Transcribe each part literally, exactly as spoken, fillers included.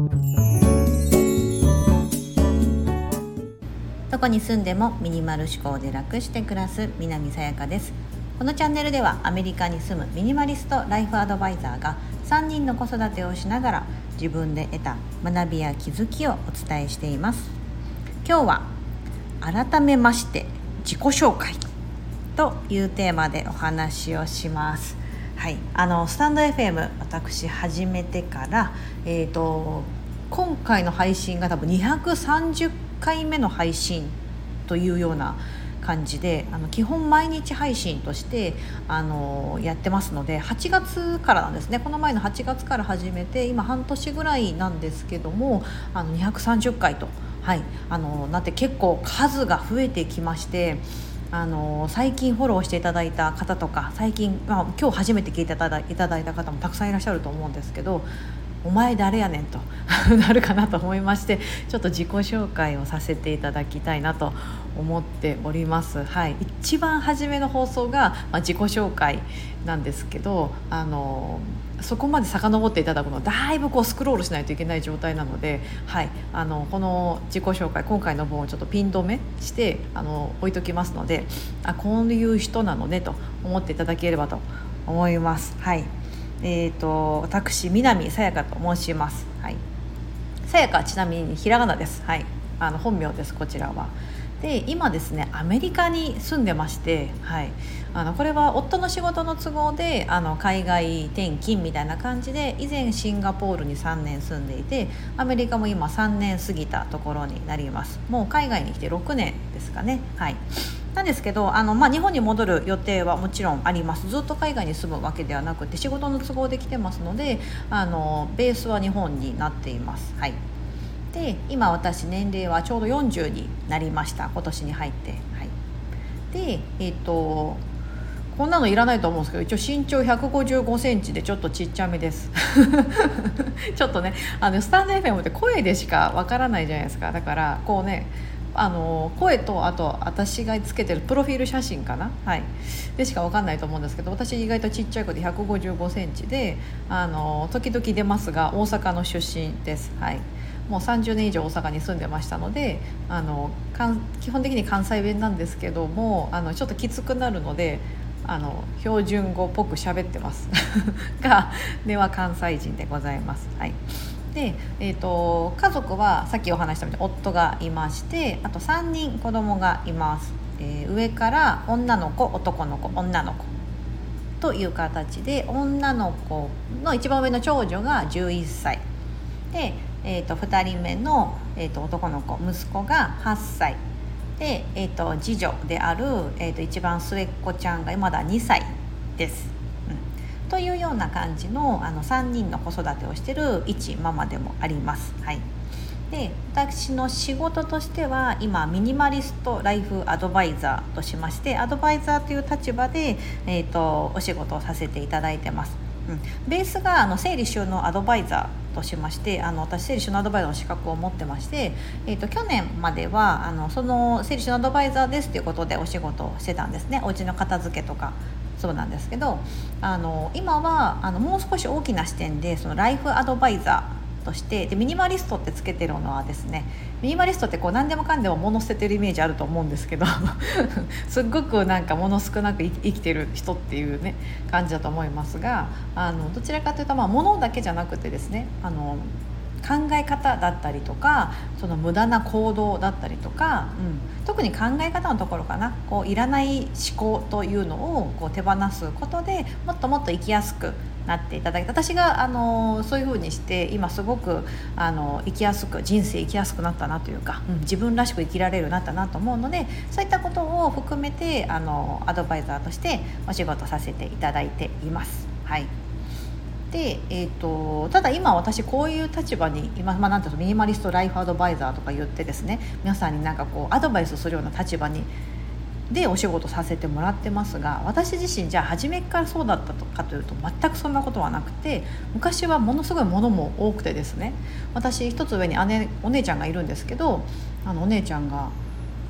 どこに住んでもミニマル思考で楽して暮らす南さやかです。このチャンネルではアメリカに住むミニマリストライフアドバイザーがさんにんの子育てをしながら自分で得た学びや気づきをお伝えしています。今日は改めまして自己紹介というテーマでお話をします。はい、あのスタンド エフエム 私始めてから、えーと、今回の配信が多分にひゃくさんじゅっかいめの配信というような感じで、あの基本毎日配信としてあのやってますので、はちがつからなんですね。この前のはちがつから始めて今半年ぐらいなんですけども、あのにひゃくさんじゅっかいと、はい、あのなって結構数が増えてきまして、あの最近フォローしていただいた方とか、最近、まあ、今日初めて聞いていただいた方もたくさんいらっしゃると思うんですけど、お前誰やねんとなるかなと思いまして、ちょっと自己紹介をさせていただきたいなと思っております。はい、一番初めの放送が、まあ、自己紹介なんですけど、あのそこまで遡っていただくのだいぶこうスクロールしないといけない状態なので、はい、あのこの自己紹介、今回の分をちょっとピン止めしてあの置いときますので、あ、こういう人なのねと思っていただければと思います。はい、えーと、私南さやかと申します。はい、さやかはちなみにひらがなです。はい、あの本名です。こちらはで今ですね、アメリカに住んでまして、はい、あのこれは夫の仕事の都合であの海外転勤みたいな感じで、以前シンガポールにさんねん住んでいて、アメリカも今さんねん過ぎたところになります。もう海外に来てろくねんですかね。はい、なんですけど、あの、まあ、日本に戻る予定はもちろんあります。ずっと海外に住むわけではなくて、仕事の都合で来てますので、あのベースは日本になっています。はい、で今私年齢はちょうどよんじゅうになりました。今年に入って、はい、でえっ、ー、とこんなのいらないと思うんですけど、一応身長ひゃくごじゅうごセンチでちょっとちっちゃめですちょっとね、あのスタンド エフエム って声でしかわからないじゃないですか。だからこうね、あの声と、あと私がつけてるプロフィール写真かな、はい、でしかわかんないと思うんですけど、私意外とちっちゃい子でひゃくごじゅうごセンチで、あの時々出ますが大阪の出身です。はい、もうさんじゅうねん以上大阪に住んでましたので、あの基本的に関西弁なんですけども、あのちょっときつくなるので、あの標準語っぽく喋ってますが、根は関西人でございます。はい、で、えーと、家族はさっきお話したように夫がいまして、あとさんにん子供がいます。えー、上から女の子、男の子、女の子という形で、女の子の一番上の長女がじゅういっさいで、えー、とふたりめの、えー、と男の子、息子がはっさいで、えー、と次女である、えー、と一番末っ子ちゃんがまだにさいです。うん、というような感じの、あのさんにんの子育てをしている一ママでもあります。はい、で私の仕事としては今ミニマリストライフアドバイザーとしまして、アドバイザーという立場で、えー、とお仕事をさせていただいてます。うん、ベースがあの整理収納アドバイザーとしまして、あの私整理収納アドバイザーの資格を持ってまして、えー、と去年まではあのその整理収納アドバイザーですということでお仕事をしてたんですね。お家の片付けとかそうなんですけど、あの今はあのもう少し大きな視点で、そのライフアドバイザーとして、でミニマリストってつけてるのはですね、ミニマリストってこう何でもかんでも物捨ててるイメージあると思うんですけどすっごくなんか物少なく生きてる人っていうね感じだと思いますが、あのどちらかというと、まあ、物だけじゃなくてですね、あの考え方だったりとか、その無駄な行動だったりとか、うん、特に考え方のところかな、こういらない思考というのをこう手放すことで、もっともっと生きやすくなっていただいて、私があのそういう風にして今すごくあの生きやすく、人生生きやすくなったなというか、うん、自分らしく生きられるようになったなと思うので、そういったことを含めてあのアドバイザーとしてお仕事させていただいています。はい、でえー、とただ今私こういう立場に今、まあ、なんていうの、ミニマリストライフアドバイザーとか言ってですね、皆さんになんかこうアドバイスするような立場にでお仕事させてもらってますが、私自身じゃあ初めからそうだったかというと全くそんなことはなくて、昔はものすごいものも多くてですね、私一つ上に姉お姉ちゃんがいるんですけど、あのお姉ちゃんが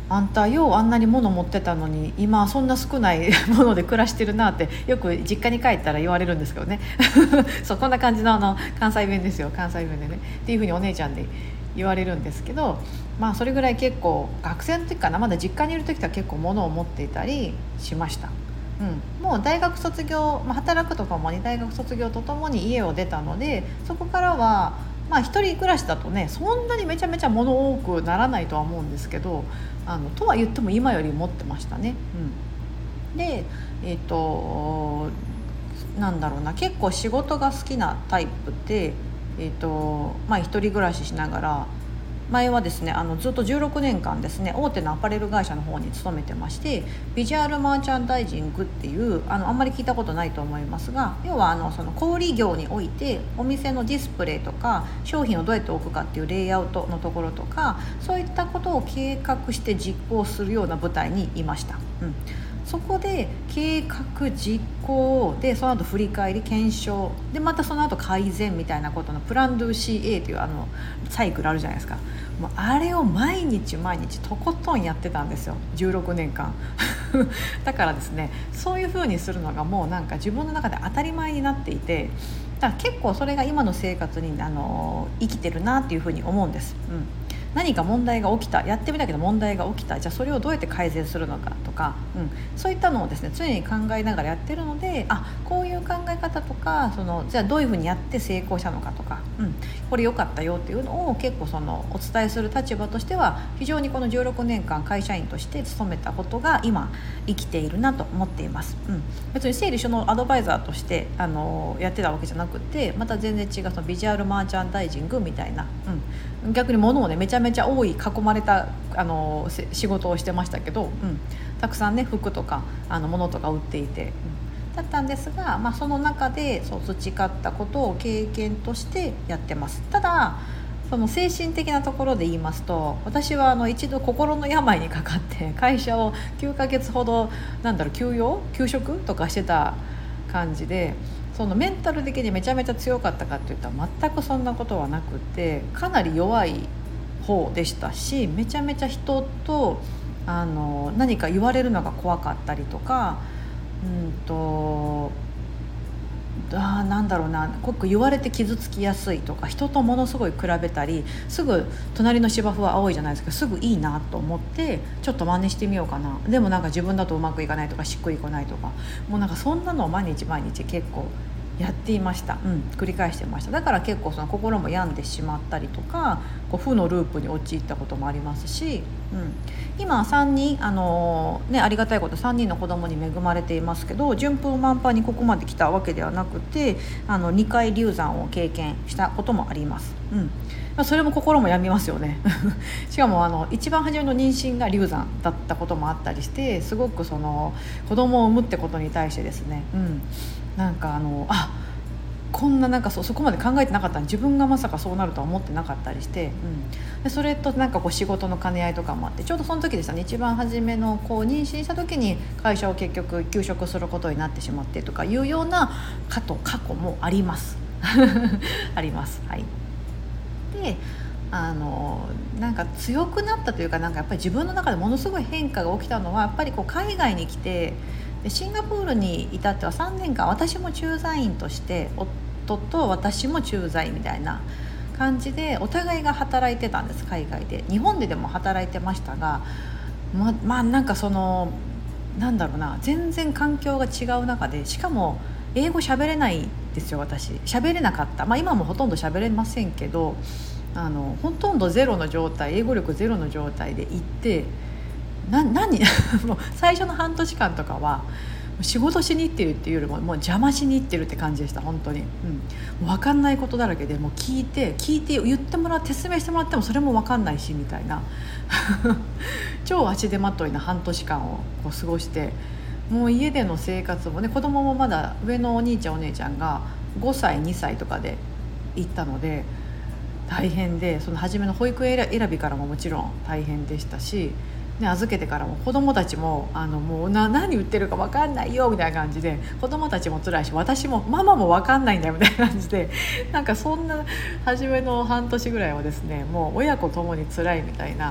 あんたようあんなに物持ってたのに今そんな少ないもので暮らしてるなってよく実家に帰ったら言われるんですけどねそうこんな感じの、あの関西弁ですよ、関西弁でねっていうふうにお姉ちゃんで言われるんですけど、まあそれぐらい結構学生の時かな、まだ実家にいる時は結構物を持っていたりしました。うん、もう大学卒業、まあ、働くとともに大学卒業とともに家を出たので、そこからはまあ一人暮らしだとねそんなにめちゃめちゃ物多くならないとは思うんですけど、あのとは言っても今より持ってましたね。うん、でえっ、となんだろうな、結構仕事が好きなタイプで、えっ、とまあ一人暮らししながら前はですね、あのずっとじゅうろくねんかんですね大手のアパレル会社の方に勤めてまして、ビジュアルマーチャンダイジングっていうあのあんまり聞いたことないと思いますが、要はあのその小売業においてお店のディスプレイとか商品をどうやって置くかっていうレイアウトのところとか、そういったことを計画して実行するような部隊にいました。うん、そこで計画実行で、その後振り返り検証で、またその後改善みたいなことのプランドゥ シーエー というあのサイクルあるじゃないですか。もうあれを毎日毎日とことんやってたんですよ、じゅうろくねんかんだからですね、そういう風にするのがもうなんか自分の中で当たり前になっていて、だから結構それが今の生活にあの生きてるなっていう風に思うんです。うん、何か問題が起きた、やってみたけど問題が起きた、じゃあそれをどうやって改善するのかとか、うん、そういったのをですね常に考えながらやってるので、あ、こういう考え方とか、そのじゃあどういうふうにやって成功したのかとか、うん、これ良かったよっていうのを結構そのお伝えする立場としては、非常にこのじゅうろくねんかん会社員として勤めたことが今生きているなと思っています。うん、別に整理書のアドバイザーとしてあのやってたわけじゃなくて、また全然違うそのビジュアルマーチャンダイジングみたいな、うん、逆に物をねめちゃめちゃ多い囲まれたあの仕事をしてましたけど、うん、たくさんね服とかあの物とか売っていて、うん、だったんですが、まあ、その中でそう培ったことを経験としてやってます。ただその精神的なところで言いますと、私はあの一度心の病にかかって会社をきゅうかげつほどなんだろう休養休職とかしてた感じで、そのメンタル的にめちゃめちゃ強かったかっていったら全くそんなことはなくて、かなり弱い方でしたし、めちゃめちゃ人とあの何か言われるのが怖かったりとか、うんとあなんだろうな、こう言われて傷つきやすいとか、人とものすごい比べたり、すぐ隣の芝生は青いじゃないですか、すぐいいなと思ってちょっと真似してみようかな、でもなんか自分だとうまくいかないとかしっくりこないとか、もうなんかそんなのを毎日毎日結構やっていました。うん、繰り返してました。だから結構その心も病んでしまったりとか、こう負のループに陥ったこともありますし、うん、今さんにんあのーね、ありがたいことさんにんの子供に恵まれていますけど、順風満帆にここまで来たわけではなくて、あのにかい流産を経験したこともあります。うん、まあ、それも心も病みますよねしかもあの一番初めの妊娠が流産だったこともあったりして、すごくその子供を産むってことに対してですね、うん、なんかあのあこんななんか そ, そこまで考えてなかった、自分がまさかそうなるとは思ってなかったりして、うん、でそれとなんかこう仕事の兼ね合いとかもあって、ちょうどその時でしたね、一番初めのこう妊娠した時に会社を結局休職することになってしまってとかいうような過去過去もありますあります。はい。であのなんか強くなったというか、なんかやっぱり自分の中でものすごい変化が起きたのは、やっぱりこう海外に来て、でシンガポールに至ってはさんねんかん私も駐在員として、夫と私も駐在みたいな感じでお互いが働いてたんです。海外で、日本ででも働いてましたが、ままあなんかそのなんだろうな、全然環境が違う中で、しかも英語喋れないですよ。私喋れなかった、まあ、今もほとんど喋れませんけど、あのほとんどゼロの状態、英語力ゼロの状態で行って、な何もう最初の半年間とかは仕事しに行ってるっていうよりももう邪魔しに行ってるって感じでした。本当に、うん、もう分かんないことだらけで、もう聞いて聞いて言ってもらって説明してもらってもそれも分かんないしみたいな超足手まといな半年間をこう過ごして、もう家での生活もね、子供もまだ上のお兄ちゃんお姉ちゃんがごさいにさいとかで行ったので大変で、その初めの保育園選びからももちろん大変でしたし、ね、預けてからも子供たちもあのもうな何言ってるか分かんないよみたいな感じで、子供たちも辛いし私もママも分かんないんだよみたいな感じで、なんかそんな初めの半年ぐらいはですね、もう親子ともに辛いみたいな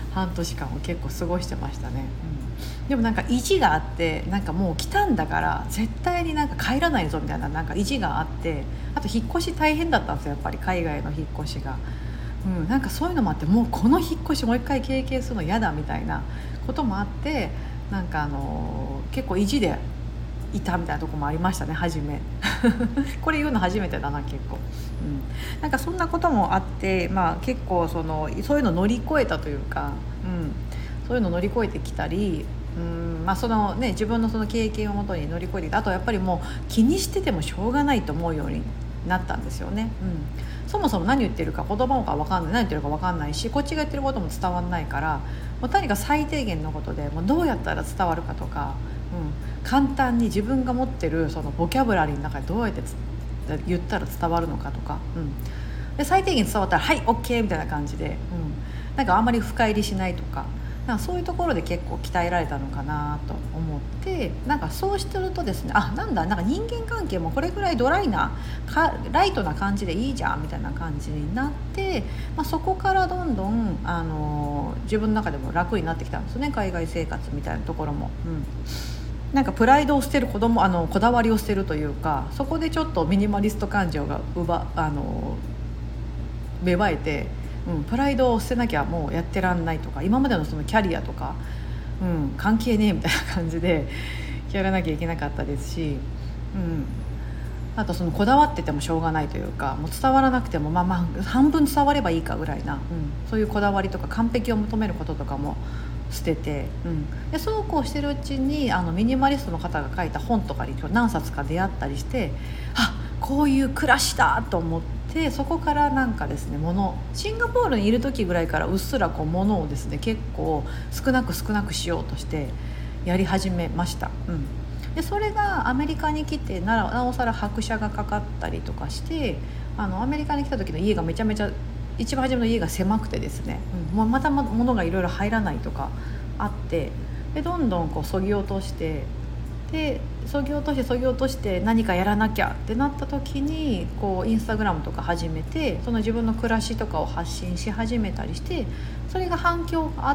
半年間を結構過ごしてましたね、うん、でもなんか意地があって、なんかもう来たんだから絶対になんか帰らないぞみたいな、なんか意地があって、あと引っ越し大変だったんですよ、やっぱり海外の引っ越しが、うん、なんかそういうのもあって、もうこの引っ越しもう一回経験するの嫌だみたいなこともあって、なんかあのー、結構意地でいたみたいなところもありましたね、初めこれ言うの初めてだな結構、うん、なんかそんなこともあって、まあ、結構そのそういうの乗り越えたというか、うん、そういうの乗り越えてきたり、うんまあそのね、自分のその経験をもとに乗り越えてきた。あとやっぱりもう気にしててもしょうがないと思うようになったんですよね、うん、そもそも何言ってるか言葉が分かんない、何言ってるか分かんないし、こっちが言ってることも伝わんないから、もうとにかく最低限のことでもうどうやったら伝わるかとか、うん、簡単に自分が持ってるそのボキャブラリーの中でどうやって言ったら伝わるのかとか、うん、で最低限伝わったらはい OK みたいな感じで、うん、なんかあんまり深入りしないとか、なんかそういうところで結構鍛えられたのかなと思って、なんかそうしてるとですね、あ、なんだ、なんか人間関係もこれぐらいドライなかライトな感じでいいじゃんみたいな感じになって、まあ、そこからどんどん、あのー、自分の中でも楽になってきたんですよね、海外生活みたいなところも、うんなんかプライドを捨てる子供あのこだわりを捨てるというか、そこでちょっとミニマリスト感情が奪あの芽生えて、うん、プライドを捨てなきゃもうやってらんないとか、今までのそのキャリアとか、うん、関係ねえみたいな感じでやらなきゃいけなかったですし、うん、あとそのこだわっててもしょうがないというか、もう伝わらなくてもまあまあ半分伝わればいいかぐらいな、うん、そういうこだわりとか完璧を求めることとかも捨てて、うん、でそうこうしてるうちにあのミニマリストの方が書いた本とかに何冊か出会ったりして、あ、こういう暮らしだと思って、そこからなんかですね、物シンガポールにいる時ぐらいからうっすらこう物をですね結構少なく少なくしようとしてやり始めました、うん、でそれがアメリカに来てならなおさら拍車がかかったりとかして、あのアメリカに来た時の家がめちゃめちゃ一番初めの家が狭くてですね、うん、もうまた物がいろいろ入らないとかあって、でどんどんこう削ぎ落としてで削ぎ落として削ぎ落として何かやらなきゃってなった時にこうインスタグラムとか始めて、その自分の暮らしとかを発信し始めたりして、それが反響があって、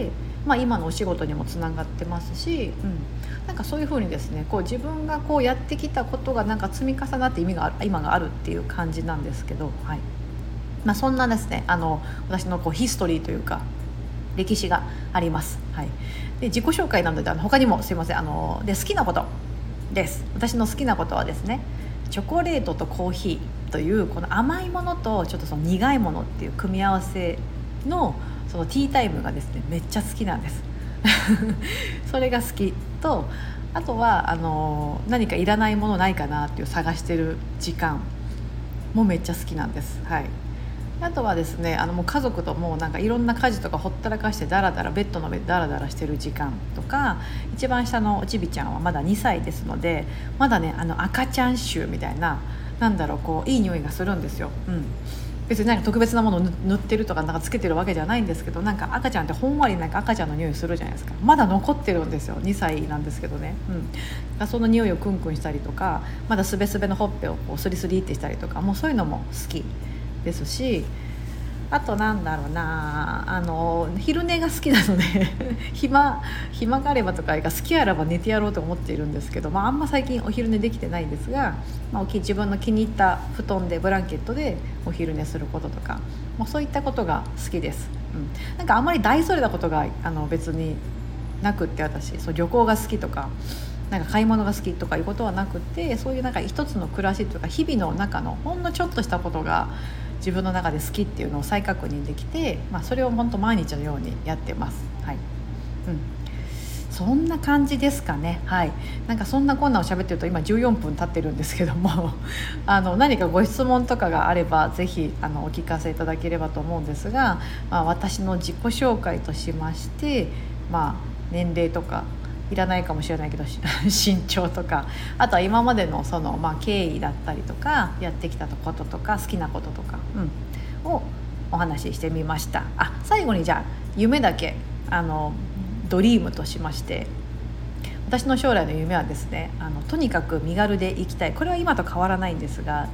まあ、今のお仕事にもつながってますし、うん、なんかそういう風にですね、こう自分がこうやってきたことがなんか積み重なって意味がある今があるっていう感じなんですけど、はい、まあ、そんなですね、あの私のこうヒストリーというか歴史があります、はい、で自己紹介なのであの他にもすいません、あので好きなことです。私の好きなことはですね、チョコレートとコーヒーというこの甘いものとちょっとその苦いものっていう組み合わせのそのティータイムがですねめっちゃ好きなんですそれが好きと、あとはあの何かいらないものないかなっていう探してる時間もめっちゃ好きなんです、はい。あとはですね、あのもう家族ともうなんかいろんな家事とかほったらかしてダラダラベッドの上でダラダラしてる時間とか、一番下のおちびちゃんはまだにさいですので、まだねあの赤ちゃん臭みたいな、なんだろう、こういい匂いがするんですよ、うん、別になんか特別なものを塗ってるとかなんかつけてるわけじゃないんですけど、なんか赤ちゃんってほんわりなんか赤ちゃんの匂いするじゃないですか。まだ残ってるんですよ、にさいなんですけどね、うん、その匂いをクンクンしたりとか、まだすべすべのほっぺをこうスリスリってしたりとか、もうそういうのも好きですし、あとなんだろうな、あの昼寝が好きなので暇暇があればとかが好きあらば寝てやろうと思っているんですけど、まあ、あんま最近お昼寝できてないんですが、まあ、自分の気に入った布団でブランケットでお昼寝することとか、まあ、そういったことが好きです、うん、なんかあんまり大それたことがあの別になくって、私そう旅行が好きとかなんか買い物が好きとかいうことはなくて、そういうなんか一つの暮らしというか日々の中のほんのちょっとしたことが自分の中で好きっていうのを再確認できて、まあ、それを本当毎日のようにやってます、はい、うん、そんな感じですかね、はい、なんかそんなこんなを喋ってると今じゅうよんぷん経ってるんですけどもあの何かご質問とかがあればぜひあのお聞かせいただければと思うんですが、まあ、私の自己紹介としまして、まあ、年齢とかいらないかもしれないけど身長とか、あとは今までのその、まあ、経緯だったりとかやってきたこととか好きなこととか、うん、をお話ししてみました。あ、最後にじゃあ夢だけあのドリームとしまして、私の将来の夢はですね、あのとにかく身軽で生きたい。これは今と変わらないんですが、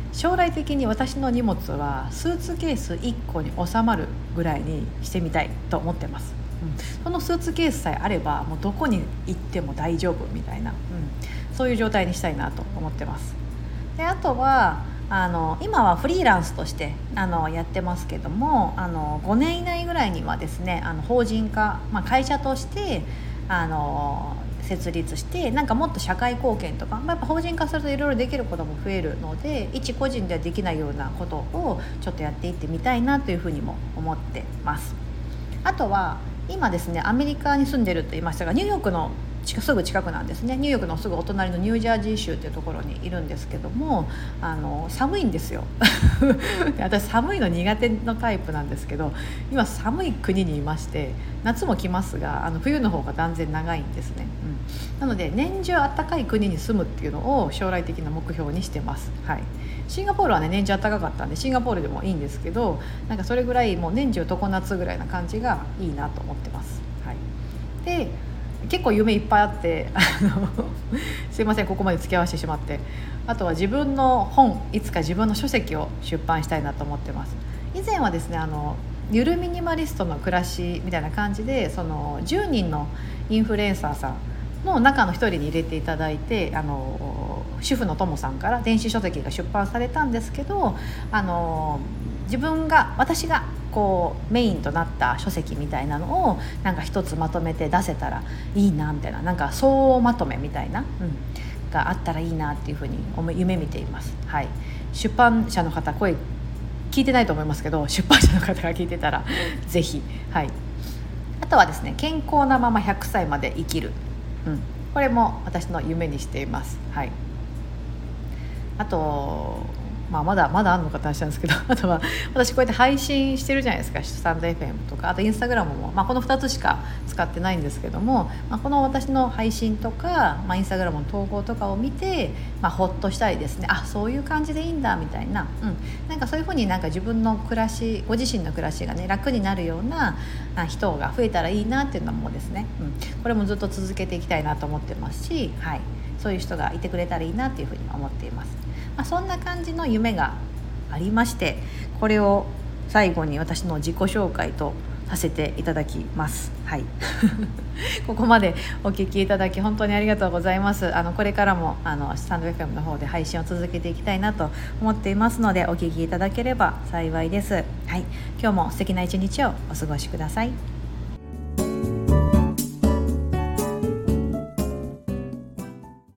将来的に私の荷物はスーツケースいっこに収まるぐらいにしてみたいと思ってます、うん、そのスーツケースさえあればもうどこに行っても大丈夫みたいな、うん、そういう状態にしたいなと思ってます。であとはあの今はフリーランスとしてあのやってますけども、あのごねん以内ぐらいにはですね、あの法人化、まあ、会社としてあの設立して、なんかもっと社会貢献とか、まあ、やっぱ法人化するといろいろできることも増えるので、一個人ではできないようなことをちょっとやっていってみたいなというふうにも思ってます。あとは今ですね、アメリカに住んでると言いましたが、ニューヨークのすぐ近くなんですね。ニューヨークのすぐお隣のニュージャージー州というところにいるんですけども、あの寒いんですよ私寒いの苦手のタイプなんですけど、今寒い国にいまして、夏も来ますがあの冬の方が断然長いんですね、うん、なので年中暖かい国に住むっていうのを将来的な目標にしてます、はい、シンガポールはね年中暖かかったんでシンガポールでもいいんですけど、なんかそれぐらいもう年中常夏ぐらいな感じがいいなと思ってます、はい、で結構夢いっぱいあってあのすいませんここまで付き合わせてしまって、あとは自分の本、いつか自分の書籍を出版したいなと思ってます。以前はですね、あのゆるミニマリストの暮らしみたいな感じで、そのじゅうにんのインフルエンサーさんの中の一人に入れていただいて、あの主婦のともさんから電子書籍が出版されたんですけど、あの自分が私がこうメインとなった書籍みたいなのをなんか一つまとめて出せたらいいなみたいな、なんか総まとめみたいな、うん、があったらいいなっていうふうに夢見ています、はい、出版社の方声聞いてないと思いますけど、出版社の方が聞いてたらぜひ、はい、あとはですね、健康なままひゃくさいまで生きる、うん、これも私の夢にしています、はい、あとまあ、まだまだあるのかって話なんですけどあとは私こうやって配信してるじゃないですか、スタンド エフエム とか、あとインスタグラムも、まあ、このふたつしか使ってないんですけども、まあ、この私の配信とか、まあ、インスタグラムの投稿とかを見て、まあ、ほっとしたりですね、あそういう感じでいいんだみたいな、うん、なんかそういうふうになんか自分の暮らし、ご自身の暮らしがね楽になるような人が増えたらいいなっていうのもですね、うん、これもずっと続けていきたいなと思ってますし、はい、そういう人がいてくれたらいいなっていうふうに思っています。まあ、そんな感じの夢がありまして、これを最後に私の自己紹介とさせていただきます、はいここまでお聞きいただき本当にありがとうございます。あのこれからもあのスタンド エフエム の方で配信を続けていきたいなと思っていますので、お聞きいただければ幸いです。はい、今日も素敵な一日をお過ごしください。